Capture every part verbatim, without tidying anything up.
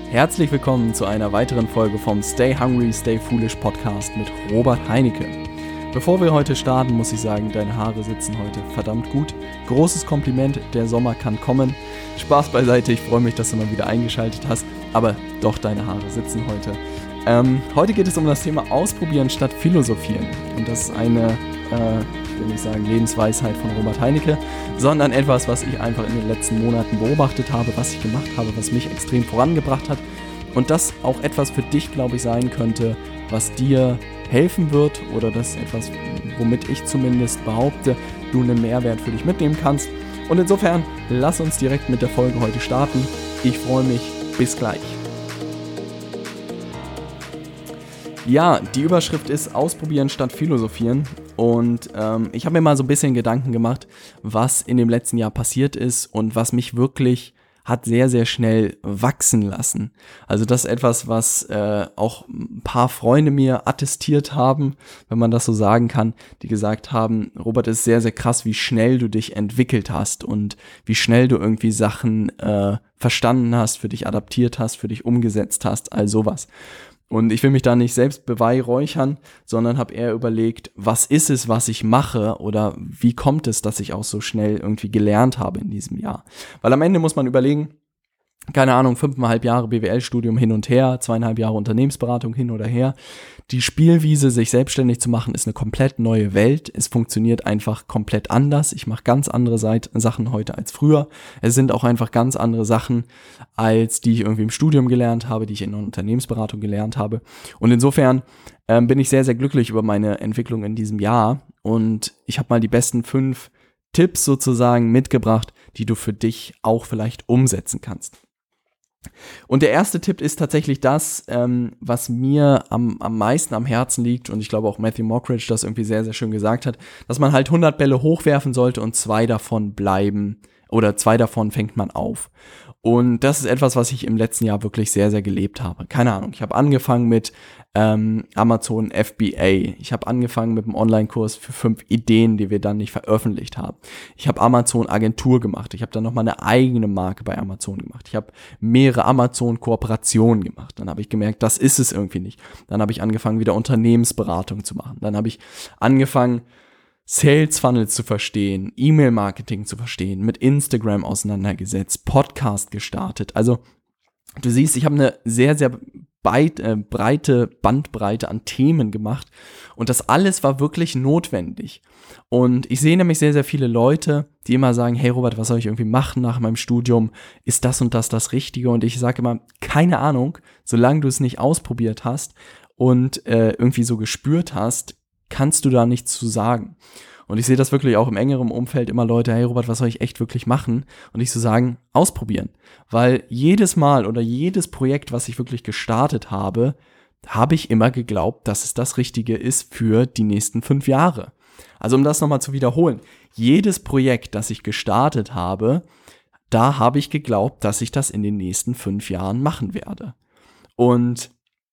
Herzlich willkommen zu einer weiteren Folge vom Stay Hungry, Stay Foolish Podcast mit Robert Heinecke. Bevor wir heute starten, muss ich sagen, deine Haare sitzen heute verdammt gut. Großes Kompliment, der Sommer kann kommen. Spaß beiseite, ich freue mich, dass du mal wieder eingeschaltet hast, aber doch, deine Haare sitzen heute. Ähm, heute geht es um das Thema Ausprobieren statt Philosophieren. Und das ist eine, äh, ich will nicht sagen Lebensweisheit von Robert Heinecke, sondern etwas, was ich einfach in den letzten Monaten beobachtet habe, was ich gemacht habe, was mich extrem vorangebracht hat. Und das auch etwas für dich, glaube ich, sein könnte, was dir helfen wird oder das etwas, womit ich zumindest behaupte, du einen Mehrwert für dich mitnehmen kannst. Und insofern, lass uns direkt mit der Folge heute starten. Ich freue mich. Bis gleich. Ja, die Überschrift ist Ausprobieren statt Philosophieren und ähm, ich habe mir mal so ein bisschen Gedanken gemacht, was in dem letzten Jahr passiert ist und was mich wirklich hat sehr, sehr schnell wachsen lassen. Also das ist etwas, was äh, auch ein paar Freunde mir attestiert haben, wenn man das so sagen kann, die gesagt haben, Robert, es ist sehr, sehr krass, wie schnell du dich entwickelt hast und wie schnell du irgendwie Sachen äh, verstanden hast, für dich adaptiert hast, für dich umgesetzt hast, all sowas. Und ich will mich da nicht selbst beweihräuchern, sondern habe eher überlegt, was ist es, was ich mache oder wie kommt es, dass ich auch so schnell irgendwie gelernt habe in diesem Jahr. Weil am Ende muss man überlegen, keine Ahnung, fünfeinhalb Jahre B W L-Studium hin und her, zweieinhalb Jahre Unternehmensberatung hin oder her. Die Spielwiese, sich selbstständig zu machen, ist eine komplett neue Welt. Es funktioniert einfach komplett anders. Ich mache ganz andere Seit- Sachen heute als früher. Es sind auch einfach ganz andere Sachen, als die ich irgendwie im Studium gelernt habe, die ich in der Unternehmensberatung gelernt habe. Und insofern ähm, bin ich sehr, sehr glücklich über meine Entwicklung in diesem Jahr. Und ich habe mal die besten fünf Tipps sozusagen mitgebracht, die du für dich auch vielleicht umsetzen kannst. Und der erste Tipp ist tatsächlich das, ähm, was mir am, am meisten am Herzen liegt und ich glaube auch Matthew Mockridge das irgendwie sehr, sehr schön gesagt hat, dass man halt hundert Bälle hochwerfen sollte und zwei davon bleiben oder zwei davon fängt man auf. Und das ist etwas, was ich im letzten Jahr wirklich sehr, sehr gelebt habe. Keine Ahnung, ich habe angefangen mit ähm, Amazon F B A. Ich habe angefangen mit einem Online-Kurs für fünf Ideen, die wir dann nicht veröffentlicht haben. Ich habe Amazon Agentur gemacht. Ich habe dann nochmal eine eigene Marke bei Amazon gemacht. Ich habe mehrere Amazon-Kooperationen gemacht. Dann habe ich gemerkt, das ist es irgendwie nicht. Dann habe ich angefangen, wieder Unternehmensberatung zu machen. Dann habe ich angefangen, Sales Funnels zu verstehen, E-Mail-Marketing zu verstehen, mit Instagram auseinandergesetzt, Podcast gestartet. Also du siehst, ich habe eine sehr, sehr breit, äh, breite Bandbreite an Themen gemacht und das alles war wirklich notwendig. Und ich sehe nämlich sehr, sehr viele Leute, die immer sagen, hey Robert, was soll ich irgendwie machen nach meinem Studium? Ist das und das das Richtige? Und ich sage immer, keine Ahnung, solange du es nicht ausprobiert hast und äh, irgendwie so gespürt hast, kannst du da nichts zu sagen. Und ich sehe das wirklich auch im engeren Umfeld immer Leute, hey Robert, was soll ich echt wirklich machen? Und ich so sagen, ausprobieren. Weil jedes Mal oder jedes Projekt, was ich wirklich gestartet habe, habe ich immer geglaubt, dass es das Richtige ist für die nächsten fünf Jahre. Also um das nochmal zu wiederholen, jedes Projekt, das ich gestartet habe, da habe ich geglaubt, dass ich das in den nächsten fünf Jahren machen werde. Und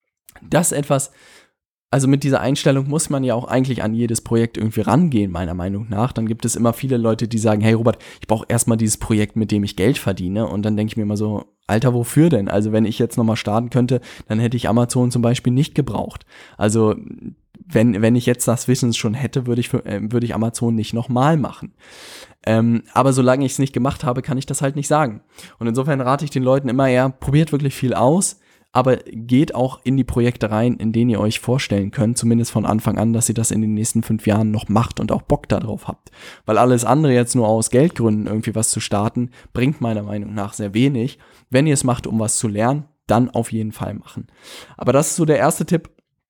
das ist etwas, also mit dieser Einstellung muss man ja auch eigentlich an jedes Projekt irgendwie rangehen, meiner Meinung nach. Dann gibt es immer viele Leute, die sagen, hey Robert, ich brauche erstmal dieses Projekt, mit dem ich Geld verdiene. Und dann denke ich mir immer so, Alter, wofür denn? Also wenn ich jetzt nochmal starten könnte, dann hätte ich Amazon zum Beispiel nicht gebraucht. Also wenn, wenn ich jetzt das Wissen schon hätte, würde ich, für, äh, würde ich Amazon nicht nochmal machen. Ähm, aber solange ich es nicht gemacht habe, kann ich das halt nicht sagen. Und insofern rate ich den Leuten immer eher, probiert wirklich viel aus. Aber geht auch in die Projekte rein, in denen ihr euch vorstellen könnt, zumindest von Anfang an, dass ihr das in den nächsten fünf Jahren noch macht und auch Bock darauf habt. Weil alles andere jetzt nur aus Geldgründen irgendwie was zu starten, bringt meiner Meinung nach sehr wenig. Wenn ihr es macht, um was zu lernen, dann auf jeden Fall machen. Aber das ist so der erste Tipp,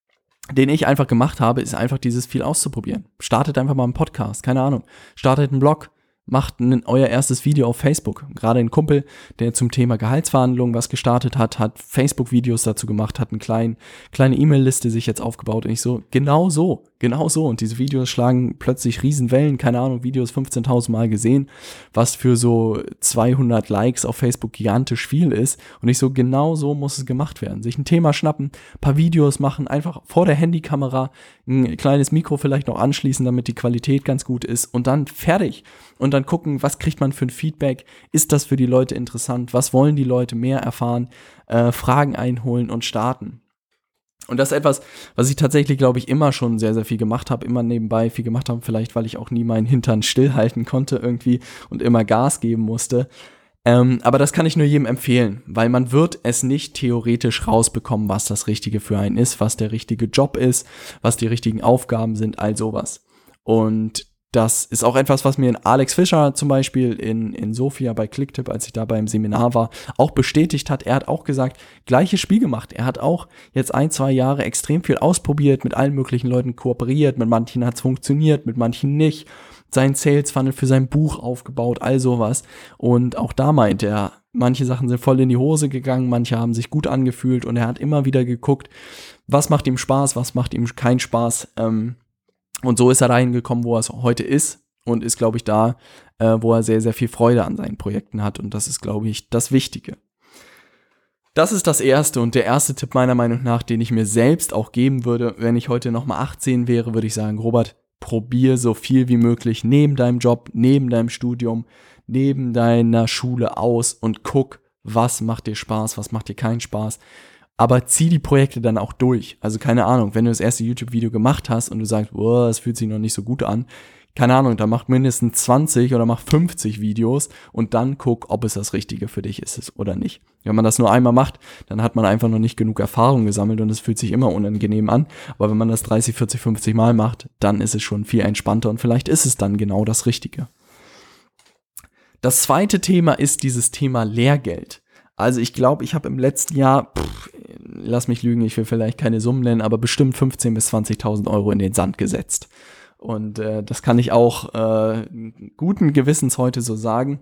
den ich einfach gemacht habe, ist einfach dieses viel auszuprobieren. Startet einfach mal einen Podcast, keine Ahnung. Startet einen Blog. Macht ein, euer erstes Video auf Facebook. Gerade ein Kumpel, der zum Thema Gehaltsverhandlungen was gestartet hat, hat Facebook-Videos dazu gemacht, hat eine kleine kleine E-Mail-Liste sich jetzt aufgebaut und ich so, genau so, Genau so. Und diese Videos schlagen plötzlich Riesenwellen. Keine Ahnung, Videos fünfzehntausend Mal gesehen, was für so zweihundert Likes auf Facebook gigantisch viel ist. Und ich so, genau so muss es gemacht werden. Sich ein Thema schnappen, paar Videos machen, einfach vor der Handykamera ein kleines Mikro vielleicht noch anschließen, damit die Qualität ganz gut ist und dann fertig. Und dann gucken, was kriegt man für ein Feedback? Ist das für die Leute interessant? Was wollen die Leute mehr erfahren? Äh, Fragen einholen und starten. Und das ist etwas, was ich tatsächlich, glaube ich, immer schon sehr, sehr viel gemacht habe, immer nebenbei viel gemacht habe, vielleicht, weil ich auch nie meinen Hintern stillhalten konnte irgendwie und immer Gas geben musste. Ähm, aber das kann ich nur jedem empfehlen, weil man wird es nicht theoretisch rausbekommen, was das Richtige für einen ist, was der richtige Job ist, was die richtigen Aufgaben sind, all sowas. Und das ist auch etwas, was mir in Alex Fischer zum Beispiel in, in Sofia bei Clicktip, als ich da beim Seminar war, auch bestätigt hat. Er hat auch gesagt, gleiches Spiel gemacht. Er hat auch jetzt ein, zwei Jahre extrem viel ausprobiert, mit allen möglichen Leuten kooperiert, mit manchen hat es funktioniert, mit manchen nicht, seinen Sales Funnel für sein Buch aufgebaut, all sowas. Und auch da meint er, manche Sachen sind voll in die Hose gegangen, manche haben sich gut angefühlt und er hat immer wieder geguckt, was macht ihm Spaß, was macht ihm keinen Spaß, ähm, und so ist er dahin gekommen, wo er es heute ist und ist, glaube ich, da, äh, wo er sehr, sehr viel Freude an seinen Projekten hat. Und das ist, glaube ich, das Wichtige. Das ist das Erste und der erste Tipp meiner Meinung nach, den ich mir selbst auch geben würde, wenn ich heute nochmal achtzehn wäre, würde ich sagen, Robert, probier so viel wie möglich neben deinem Job, neben deinem Studium, neben deiner Schule aus und guck, was macht dir Spaß, was macht dir keinen Spaß. Aber zieh die Projekte dann auch durch. Also keine Ahnung, wenn du das erste YouTube-Video gemacht hast und du sagst, oh, das fühlt sich noch nicht so gut an, keine Ahnung, dann mach mindestens zwanzig oder mach fünfzig Videos und dann guck, ob es das Richtige für dich ist oder nicht. Wenn man das nur einmal macht, dann hat man einfach noch nicht genug Erfahrung gesammelt und es fühlt sich immer unangenehm an. Aber wenn man das dreißig, vierzig, fünfzig Mal macht, dann ist es schon viel entspannter und vielleicht ist es dann genau das Richtige. Das zweite Thema ist dieses Thema Lehrgeld. Also ich glaube, ich habe im letzten Jahr, pff, lass mich lügen, ich will vielleicht keine Summen nennen, aber bestimmt fünfzehntausend bis zwanzigtausend Euro in den Sand gesetzt. Und äh, das kann ich auch äh, guten Gewissens heute so sagen,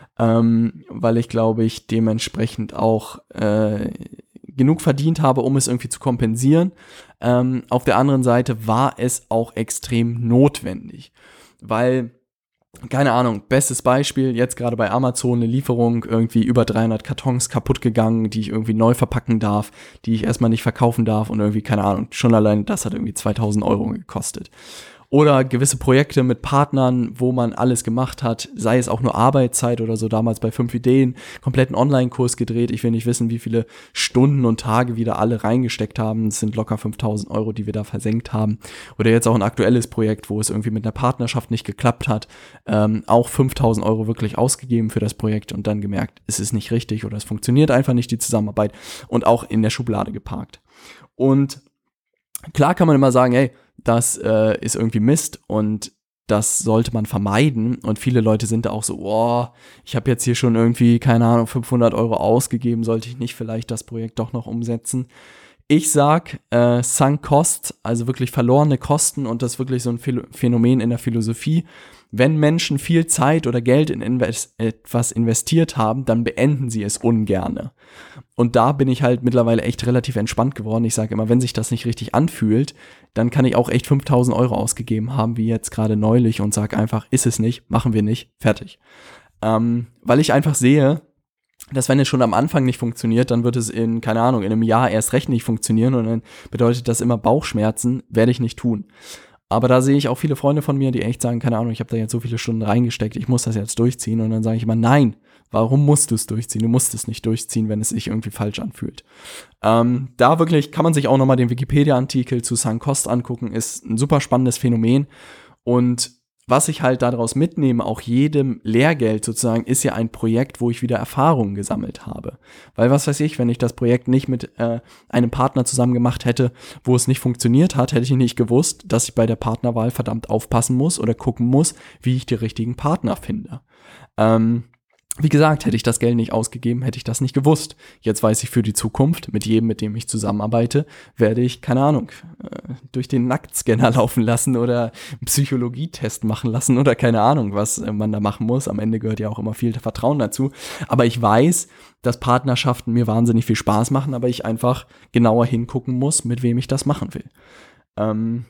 ähm, weil ich glaube, ich dementsprechend auch äh, genug verdient habe, um es irgendwie zu kompensieren. Ähm, auf der anderen Seite war es auch extrem notwendig, weil keine Ahnung, bestes Beispiel, jetzt gerade bei Amazon eine Lieferung, irgendwie über dreihundert Kartons kaputt gegangen, die ich irgendwie neu verpacken darf, die ich erstmal nicht verkaufen darf und irgendwie, keine Ahnung, schon allein das hat irgendwie zweitausend Euro gekostet. Oder gewisse Projekte mit Partnern, wo man alles gemacht hat, sei es auch nur Arbeitszeit oder so, damals bei fünf Ideen, kompletten Online-Kurs gedreht. Ich will nicht wissen, wie viele Stunden und Tage wir da alle reingesteckt haben. Es sind locker fünftausend Euro, die wir da versenkt haben. Oder jetzt auch ein aktuelles Projekt, wo es irgendwie mit einer Partnerschaft nicht geklappt hat. Ähm, auch fünftausend Euro wirklich ausgegeben für das Projekt und dann gemerkt, es ist nicht richtig oder es funktioniert einfach nicht, die Zusammenarbeit, und auch in der Schublade geparkt. Und klar kann man immer sagen, hey, das äh, ist irgendwie Mist und das sollte man vermeiden. Und viele Leute sind da auch so, oh, ich habe jetzt hier schon irgendwie, keine Ahnung, fünfhundert Euro ausgegeben, sollte ich nicht vielleicht das Projekt doch noch umsetzen? Ich sag, äh, sunk costs, also wirklich verlorene Kosten, und das ist wirklich so ein Phänomen in der Philosophie. Wenn Menschen viel Zeit oder Geld in invest- etwas investiert haben, dann beenden sie es ungerne. Und da bin ich halt mittlerweile echt relativ entspannt geworden. Ich sage immer, wenn sich das nicht richtig anfühlt, dann kann ich auch echt fünftausend Euro ausgegeben haben, wie jetzt gerade neulich, und sage einfach, ist es nicht, machen wir nicht, fertig. Ähm, weil ich einfach sehe, dass wenn es schon am Anfang nicht funktioniert, dann wird es in, keine Ahnung, in einem Jahr erst recht nicht funktionieren, und dann bedeutet das immer Bauchschmerzen, werde ich nicht tun. Aber da sehe ich auch viele Freunde von mir, die echt sagen, keine Ahnung, ich habe da jetzt so viele Stunden reingesteckt, ich muss das jetzt durchziehen. Und dann sage ich immer, nein, warum musst du es durchziehen? Du musst es nicht durchziehen, wenn es sich irgendwie falsch anfühlt. Ähm, da wirklich kann man sich auch nochmal den Wikipedia-Artikel zu Sunk Cost angucken, ist ein super spannendes Phänomen. Und was ich halt daraus mitnehme, auch jedem Lehrgeld sozusagen, ist ja ein Projekt, wo ich wieder Erfahrungen gesammelt habe. Weil was weiß ich, wenn ich das Projekt nicht mit äh, einem Partner zusammen gemacht hätte, wo es nicht funktioniert hat, hätte ich nicht gewusst, dass ich bei der Partnerwahl verdammt aufpassen muss oder gucken muss, wie ich die richtigen Partner finde. Ähm, Wie gesagt, hätte ich das Geld nicht ausgegeben, hätte ich das nicht gewusst. Jetzt weiß ich für die Zukunft, mit jedem, mit dem ich zusammenarbeite, werde ich, keine Ahnung, durch den Nacktscanner laufen lassen oder einen Psychologietest machen lassen oder keine Ahnung, was man da machen muss. Am Ende gehört ja auch immer viel Vertrauen dazu. Aber ich weiß, dass Partnerschaften mir wahnsinnig viel Spaß machen, aber ich einfach genauer hingucken muss, mit wem ich das machen will. Ähm,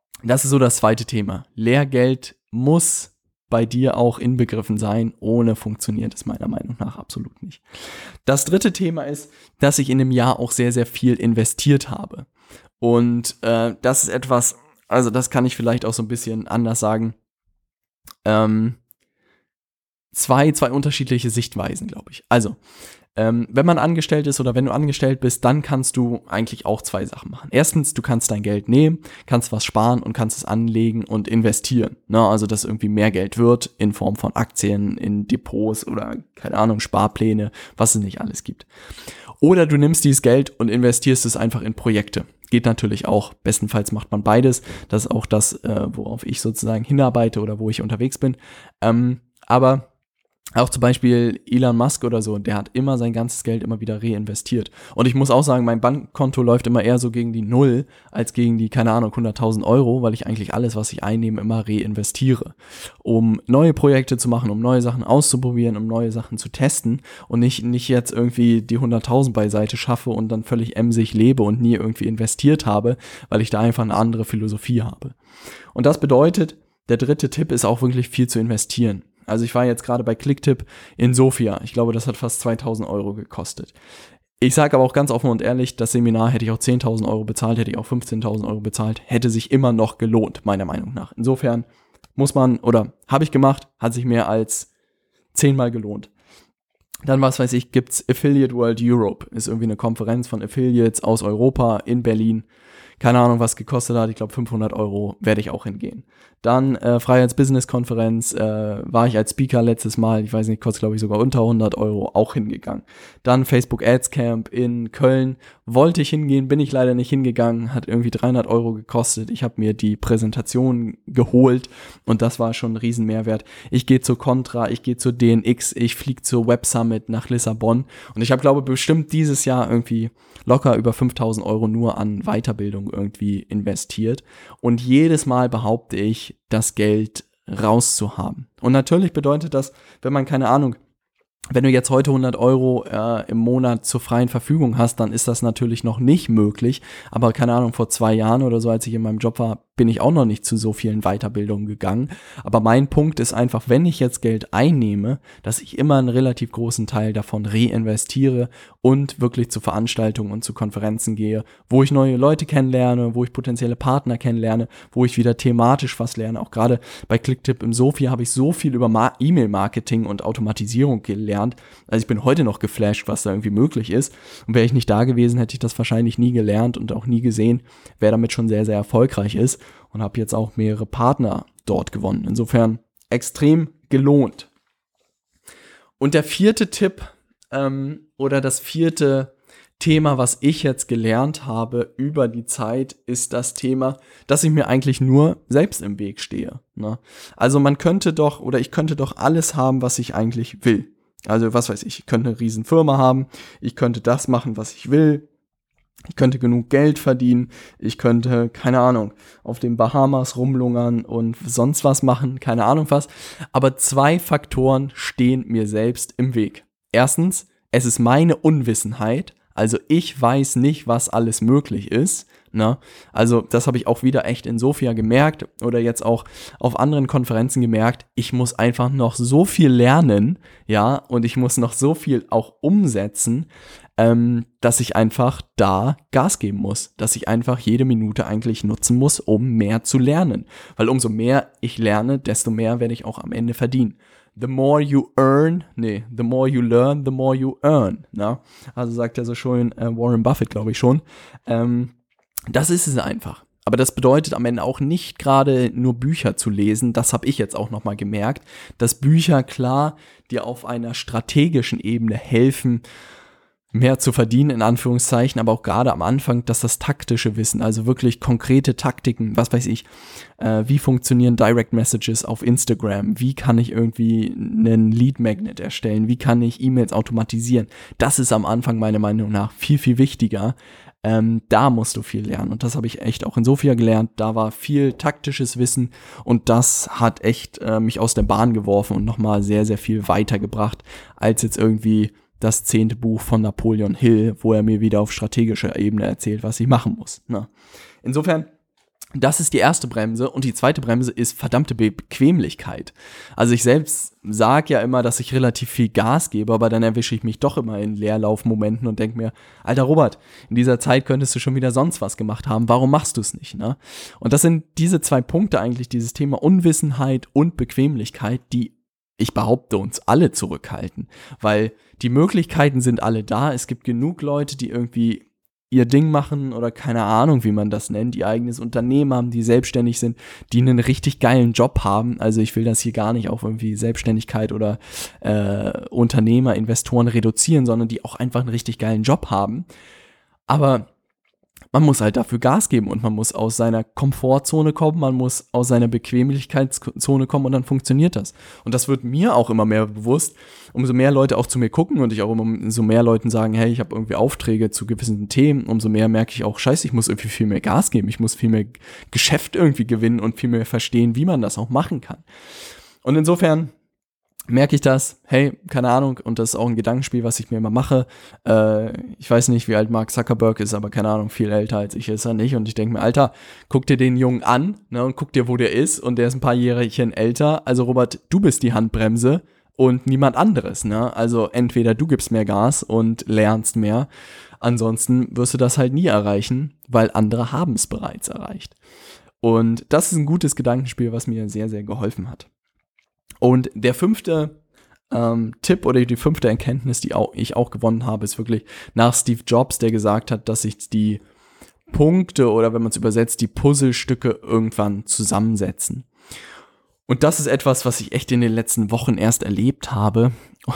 das ist so das zweite Thema. Lehrgeld muss bei dir auch inbegriffen sein. Ohne funktioniert es meiner Meinung nach absolut nicht. Das dritte Thema ist, dass ich in dem Jahr auch sehr, sehr viel investiert habe. Und äh, das ist etwas, also das kann ich vielleicht auch so ein bisschen anders sagen. Ähm, zwei, zwei unterschiedliche Sichtweisen, glaube ich. Also, ähm, wenn man angestellt ist oder wenn du angestellt bist, dann kannst du eigentlich auch zwei Sachen machen. Erstens, du kannst dein Geld nehmen, kannst was sparen und kannst es anlegen und investieren. Ne? Also, dass irgendwie mehr Geld wird in Form von Aktien, in Depots oder, keine Ahnung, Sparpläne, was es nicht alles gibt. Oder du nimmst dieses Geld und investierst es einfach in Projekte. Geht natürlich auch. Bestenfalls macht man beides. Das ist auch das, äh, worauf ich sozusagen hinarbeite oder wo ich unterwegs bin. Ähm, aber auch zum Beispiel Elon Musk oder so, der hat immer sein ganzes Geld immer wieder reinvestiert. Und ich muss auch sagen, mein Bankkonto läuft immer eher so gegen die Null, als gegen die, keine Ahnung, hunderttausend Euro, weil ich eigentlich alles, was ich einnehme, immer reinvestiere. Um neue Projekte zu machen, um neue Sachen auszuprobieren, um neue Sachen zu testen und nicht, nicht jetzt irgendwie die hunderttausend beiseite schaffe und dann völlig emsig lebe und nie irgendwie investiert habe, weil ich da einfach eine andere Philosophie habe. Und das bedeutet, der dritte Tipp ist auch wirklich viel zu investieren. Also ich war jetzt gerade bei Clicktip in Sofia. Ich glaube, das hat fast zweitausend Euro gekostet. Ich sage aber auch ganz offen und ehrlich, das Seminar hätte ich auch zehntausend Euro bezahlt, hätte ich auch fünfzehntausend Euro bezahlt, hätte sich immer noch gelohnt, meiner Meinung nach. Insofern muss man, oder habe ich gemacht, hat sich mehr als zehnmal gelohnt. Dann, was weiß ich, gibt's Affiliate World Europe. Ist irgendwie eine Konferenz von Affiliates aus Europa in Berlin. Keine Ahnung, was gekostet hat. Ich glaube, fünfhundert Euro werde ich auch hingehen. Dann äh, Freiheits-Business-Konferenz äh, war ich als Speaker letztes Mal, ich weiß nicht, kostet glaube ich sogar unter hundert Euro, auch hingegangen. Dann Facebook Ads Camp in Köln, wollte ich hingehen, bin ich leider nicht hingegangen, hat irgendwie dreihundert Euro gekostet. Ich habe mir die Präsentation geholt und das war schon ein riesen Mehrwert. Ich gehe zur Contra, ich gehe zur D N X, ich fliege zur Web Summit nach Lissabon und ich habe, glaube bestimmt dieses Jahr irgendwie locker über fünftausend Euro nur an Weiterbildung irgendwie investiert. Und jedes Mal behaupte ich, das Geld rauszuhaben. Und natürlich bedeutet das, wenn man, keine Ahnung, wenn du jetzt heute hundert Euro äh, im Monat zur freien Verfügung hast, dann ist das natürlich noch nicht möglich. Aber keine Ahnung, vor zwei Jahren oder so, als ich in meinem Job war, bin ich auch noch nicht zu so vielen Weiterbildungen gegangen. Aber mein Punkt ist einfach, wenn ich jetzt Geld einnehme, dass ich immer einen relativ großen Teil davon reinvestiere und wirklich zu Veranstaltungen und zu Konferenzen gehe, wo ich neue Leute kennenlerne, wo ich potenzielle Partner kennenlerne, wo ich wieder thematisch was lerne. Auch gerade bei Clicktip im Sofia habe ich so viel über Ma- E-Mail-Marketing und Automatisierung gelernt. Also ich bin heute noch geflasht, was da irgendwie möglich ist. Und wäre ich nicht da gewesen, hätte ich das wahrscheinlich nie gelernt und auch nie gesehen, wer damit schon sehr, sehr erfolgreich ist. Und habe jetzt auch mehrere Partner dort gewonnen. Insofern extrem gelohnt. Und der vierte Tipp ähm, oder das vierte Thema, was ich jetzt gelernt habe über die Zeit, ist das Thema, dass ich mir eigentlich nur selbst im Weg stehe. Ne? Also man könnte doch, oder ich könnte doch alles haben, was ich eigentlich will. Also was weiß ich, ich könnte eine riesen Firma haben, ich könnte das machen, was ich will. Ich könnte genug Geld verdienen, ich könnte, keine Ahnung, auf den Bahamas rumlungern und sonst was machen, keine Ahnung was. Aber zwei Faktoren stehen mir selbst im Weg. Erstens, es ist meine Unwissenheit, also ich weiß nicht, was alles möglich ist. Ne? Also das habe ich auch wieder echt in Sofia gemerkt oder jetzt auch auf anderen Konferenzen gemerkt, ich muss einfach noch so viel lernen, ja, und ich muss noch so viel auch umsetzen, ähm, dass ich einfach da Gas geben muss, dass ich einfach jede Minute eigentlich nutzen muss, um mehr zu lernen, weil umso mehr ich lerne, desto mehr werde ich auch am Ende verdienen. The more you earn, nee, the more you learn, the more you earn, ne? Also sagt ja so schön äh, Warren Buffett, glaube ich schon, ähm, das ist es einfach. Aber das bedeutet am Ende auch nicht gerade nur Bücher zu lesen. Das habe ich jetzt auch nochmal gemerkt, dass Bücher klar dir auf einer strategischen Ebene helfen, mehr zu verdienen, in Anführungszeichen, aber auch gerade am Anfang, dass das taktische Wissen, also wirklich konkrete Taktiken, was weiß ich, äh, wie funktionieren Direct Messages auf Instagram, wie kann ich irgendwie einen Lead Magnet erstellen, wie kann ich E-Mails automatisieren, das ist am Anfang meiner Meinung nach viel, viel wichtiger. Ähm, da musst du viel lernen und das habe ich echt auch in Sofia gelernt, da war viel taktisches Wissen und das hat echt äh, mich aus der Bahn geworfen und nochmal sehr, sehr viel weitergebracht, als jetzt irgendwie das zehnte Buch von Napoleon Hill, wo er mir wieder auf strategischer Ebene erzählt, was ich machen muss. Ne? Insofern, Das ist die erste Bremse und die zweite Bremse ist verdammte Bequemlichkeit. Also ich selbst sage ja immer, dass ich relativ viel Gas gebe, aber dann erwische ich mich doch immer in Leerlaufmomenten und denke mir, Alter Robert, in dieser Zeit könntest du schon wieder sonst was gemacht haben, warum machst du es nicht, ne? Und das sind diese zwei Punkte eigentlich, dieses Thema Unwissenheit und Bequemlichkeit, die ich behaupte, uns alle zurückhalten, weil die Möglichkeiten sind alle da, es gibt genug Leute, die irgendwie ihr Ding machen oder keine Ahnung, wie man das nennt, ihr eigenes Unternehmen haben, die selbstständig sind, die einen richtig geilen Job haben. Also ich will das hier gar nicht auf irgendwie Selbstständigkeit oder äh, Unternehmer, Investoren reduzieren, sondern die auch einfach einen richtig geilen Job haben. Aber man muss halt dafür Gas geben und man muss aus seiner Komfortzone kommen, man muss aus seiner Bequemlichkeitszone kommen und dann funktioniert das. Und das wird mir auch immer mehr bewusst, umso mehr Leute auch zu mir gucken und ich auch immer so mehr Leuten sagen, hey, ich habe irgendwie Aufträge zu gewissen Themen, umso mehr merke ich auch, scheiße, ich muss irgendwie viel mehr Gas geben, ich muss viel mehr Geschäft irgendwie gewinnen und viel mehr verstehen, wie man das auch machen kann. Und insofern merke ich das, hey, keine Ahnung, und das ist auch ein Gedankenspiel, was ich mir immer mache. Äh, ich weiß nicht, wie alt Mark Zuckerberg ist, aber keine Ahnung, viel älter als ich ist er nicht. Und ich denke mir, Alter, guck dir den Jungen an, ne, und guck dir, wo der ist. Und der ist ein paar Jährchen älter. Also Robert, du bist die Handbremse und niemand anderes, ne? Also entweder du gibst mehr Gas und lernst mehr, ansonsten wirst du das halt nie erreichen, weil andere haben es bereits erreicht. Und das ist ein gutes Gedankenspiel, was mir sehr, sehr geholfen hat. Und der fünfte ähm, Tipp oder die fünfte Erkenntnis, die auch, ich auch gewonnen habe, ist wirklich nach Steve Jobs, der gesagt hat, dass sich die Punkte oder wenn man es übersetzt, die Puzzlestücke irgendwann zusammensetzen. Und das ist etwas, was ich echt in den letzten Wochen erst erlebt habe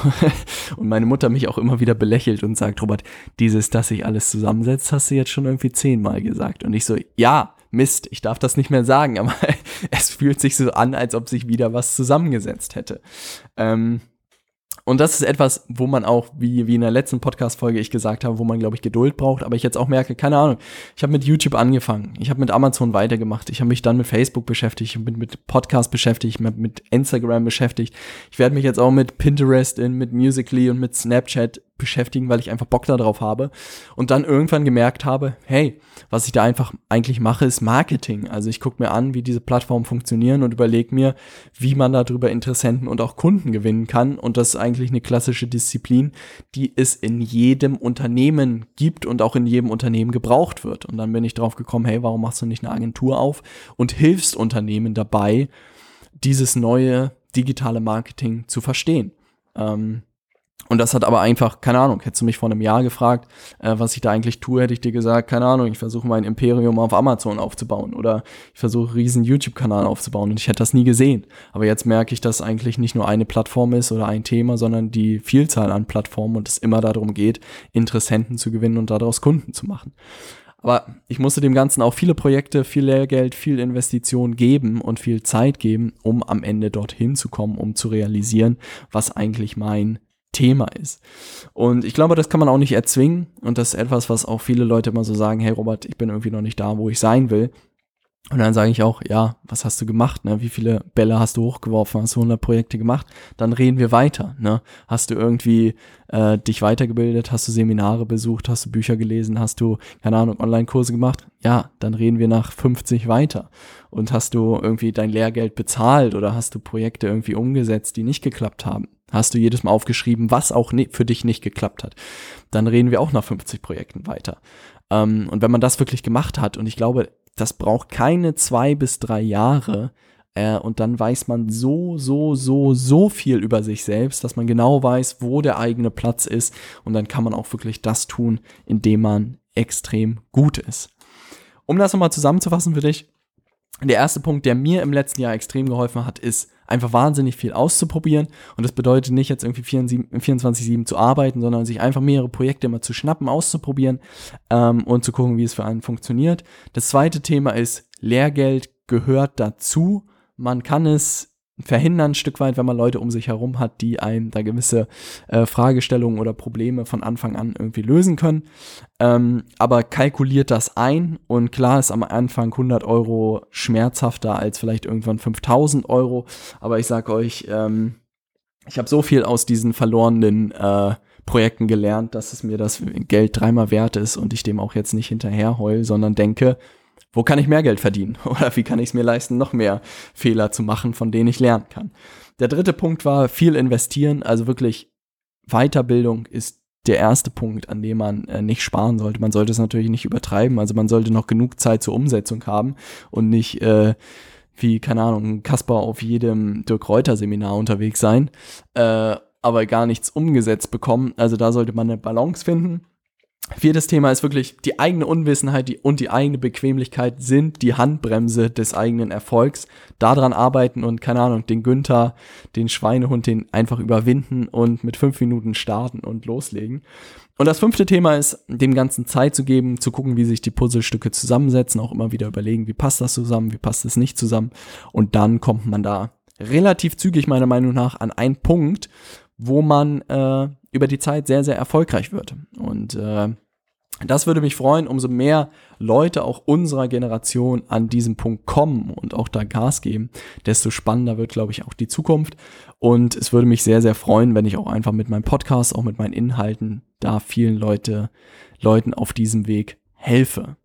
und meine Mutter mich auch immer wieder belächelt und sagt, Robert, dieses, dass sich alles zusammensetzt, hast du jetzt schon irgendwie zehnmal gesagt. Und ich so, ja, Mist, ich darf das nicht mehr sagen, aber es fühlt sich so an, als ob sich wieder was zusammengesetzt hätte. Ähm, und das ist etwas, wo man auch, wie, wie in der letzten Podcast-Folge ich gesagt habe, wo man, glaube ich, Geduld braucht, aber ich jetzt auch merke, keine Ahnung, ich habe mit YouTube angefangen, ich habe mit Amazon weitergemacht, ich habe mich dann mit Facebook beschäftigt, ich bin mit Podcast beschäftigt, mit, mit Instagram beschäftigt, ich werde mich jetzt auch mit Pinterest, in, mit Musical.ly und mit Snapchat beschäftigen, weil ich einfach Bock darauf habe und dann irgendwann gemerkt habe, hey, was ich da einfach eigentlich mache, ist Marketing. Also ich gucke mir an, wie diese Plattformen funktionieren und überlege mir, wie man darüber Interessenten und auch Kunden gewinnen kann und das ist eigentlich eine klassische Disziplin, die es in jedem Unternehmen gibt und auch in jedem Unternehmen gebraucht wird. Und dann bin ich drauf gekommen, hey, warum machst du nicht eine Agentur auf und hilfst Unternehmen dabei, dieses neue digitale Marketing zu verstehen. Ähm, Und das hat aber einfach, keine Ahnung, hättest du mich vor einem Jahr gefragt, äh, was ich da eigentlich tue, hätte ich dir gesagt, keine Ahnung, ich versuche mein Imperium auf Amazon aufzubauen oder ich versuche einen riesen YouTube-Kanal aufzubauen und ich hätte das nie gesehen. Aber jetzt merke ich, dass eigentlich nicht nur eine Plattform ist oder ein Thema, sondern die Vielzahl an Plattformen und es immer darum geht, Interessenten zu gewinnen und daraus Kunden zu machen. Aber ich musste dem Ganzen auch viele Projekte, viel Lehrgeld, viel Investition geben und viel Zeit geben, um am Ende dorthin zu kommen, um zu realisieren, was eigentlich mein Thema ist. Und ich glaube, das kann man auch nicht erzwingen und das ist etwas, was auch viele Leute immer so sagen, hey Robert, ich bin irgendwie noch nicht da, wo ich sein will. Und dann sage ich auch, ja, was hast du gemacht, ne? Wie viele Bälle hast du hochgeworfen, hast du hundert Projekte gemacht? Dann reden wir weiter, ne? Hast du irgendwie äh, dich weitergebildet, hast du Seminare besucht, hast du Bücher gelesen, hast du, keine Ahnung, Online-Kurse gemacht? Ja, dann reden wir nach fünfzig weiter. Und hast du irgendwie dein Lehrgeld bezahlt oder hast du Projekte irgendwie umgesetzt, die nicht geklappt haben? Hast du jedes Mal aufgeschrieben, was auch ne- für dich nicht geklappt hat? Dann reden wir auch nach fünfzig Projekten weiter. Ähm, und wenn man das wirklich gemacht hat, und ich glaube, das braucht keine zwei bis drei Jahre, äh, und dann weiß man so, so, so, so viel über sich selbst, dass man genau weiß, wo der eigene Platz ist und dann kann man auch wirklich das tun, in dem man extrem gut ist. Um das nochmal zusammenzufassen für dich, der erste Punkt, der mir im letzten Jahr extrem geholfen hat, ist einfach wahnsinnig viel auszuprobieren und das bedeutet nicht jetzt irgendwie vierundzwanzig sieben zu arbeiten, sondern sich einfach mehrere Projekte immer zu schnappen, auszuprobieren ähm, und zu gucken, wie es für einen funktioniert. Das zweite Thema ist, Lehrgeld gehört dazu. Man kann es verhindern ein Stück weit, wenn man Leute um sich herum hat, die einem da gewisse äh, Fragestellungen oder Probleme von Anfang an irgendwie lösen können. Ähm, aber kalkuliert das ein und klar ist am Anfang hundert Euro schmerzhafter als vielleicht irgendwann fünftausend Euro. Aber ich sag euch, ähm, ich habe so viel aus diesen verlorenen äh, Projekten gelernt, dass es mir das Geld dreimal wert ist und ich dem auch jetzt nicht hinterher heul, sondern denke, wo kann ich mehr Geld verdienen? Oder wie kann ich es mir leisten, noch mehr Fehler zu machen, von denen ich lernen kann? Der dritte Punkt war viel investieren, also wirklich Weiterbildung ist der erste Punkt, an dem man äh, nicht sparen sollte. Man sollte es natürlich nicht übertreiben, also man sollte noch genug Zeit zur Umsetzung haben und nicht äh, wie, keine Ahnung, Kasper auf jedem Dirk-Reuter-Seminar unterwegs sein, äh, aber gar nichts umgesetzt bekommen. Also da sollte man eine Balance finden. Viertes Thema ist wirklich die eigene Unwissenheit die, und die eigene Bequemlichkeit sind die Handbremse des eigenen Erfolgs. Daran arbeiten und, keine Ahnung, den Günther, den Schweinehund, den einfach überwinden und mit fünf Minuten starten und loslegen. Und das fünfte Thema ist, dem Ganzen Zeit zu geben, zu gucken, wie sich die Puzzlestücke zusammensetzen, auch immer wieder überlegen, wie passt das zusammen, wie passt es nicht zusammen. Und dann kommt man da relativ zügig, meiner Meinung nach, an einen Punkt, wo man äh, über die Zeit sehr, sehr erfolgreich wird. Und äh, das würde mich freuen, umso mehr Leute auch unserer Generation an diesem Punkt kommen und auch da Gas geben, desto spannender wird, glaube ich, auch die Zukunft. Und es würde mich sehr, sehr freuen, wenn ich auch einfach mit meinem Podcast, auch mit meinen Inhalten, da vielen Leute, Leuten auf diesem Weg helfe.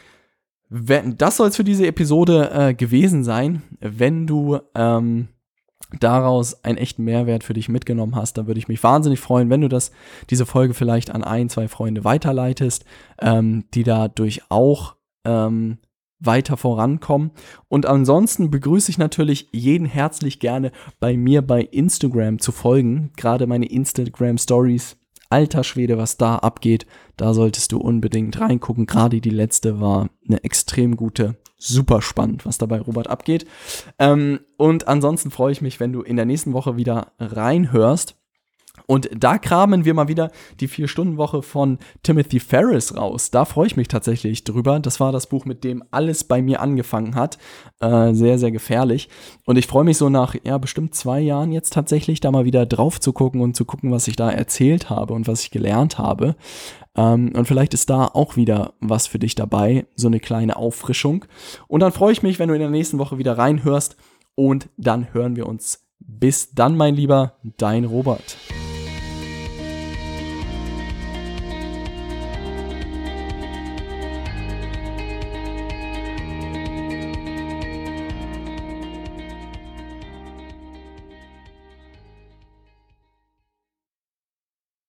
Wenn, das soll es für diese Episode äh, gewesen sein. Wenn du ähm, daraus einen echten Mehrwert für dich mitgenommen hast, dann würde ich mich wahnsinnig freuen, wenn du das, diese Folge vielleicht an ein, zwei Freunde weiterleitest, ähm, die dadurch auch ähm, weiter vorankommen. Und ansonsten begrüße ich natürlich jeden herzlich gerne, bei mir bei Instagram zu folgen. Gerade meine Instagram-Stories, alter Schwede, was da abgeht, da solltest du unbedingt reingucken. Gerade die letzte war eine extrem gute. Super spannend, was da bei Robert abgeht. Ähm, und ansonsten freue ich mich, wenn du in der nächsten Woche wieder reinhörst. Und da kramen wir mal wieder die Vier-Stunden-Woche von Timothy Ferriss raus. Da freue ich mich tatsächlich drüber. Das war das Buch, mit dem alles bei mir angefangen hat. Äh, sehr, sehr gefährlich. Und ich freue mich so nach, ja, bestimmt zwei Jahren jetzt tatsächlich, da mal wieder drauf zu gucken und zu gucken, was ich da erzählt habe und was ich gelernt habe. Ähm, und vielleicht ist da auch wieder was für dich dabei, so eine kleine Auffrischung. Und dann freue ich mich, wenn du in der nächsten Woche wieder reinhörst. Und dann hören wir uns. Bis dann, mein Lieber, dein Robert.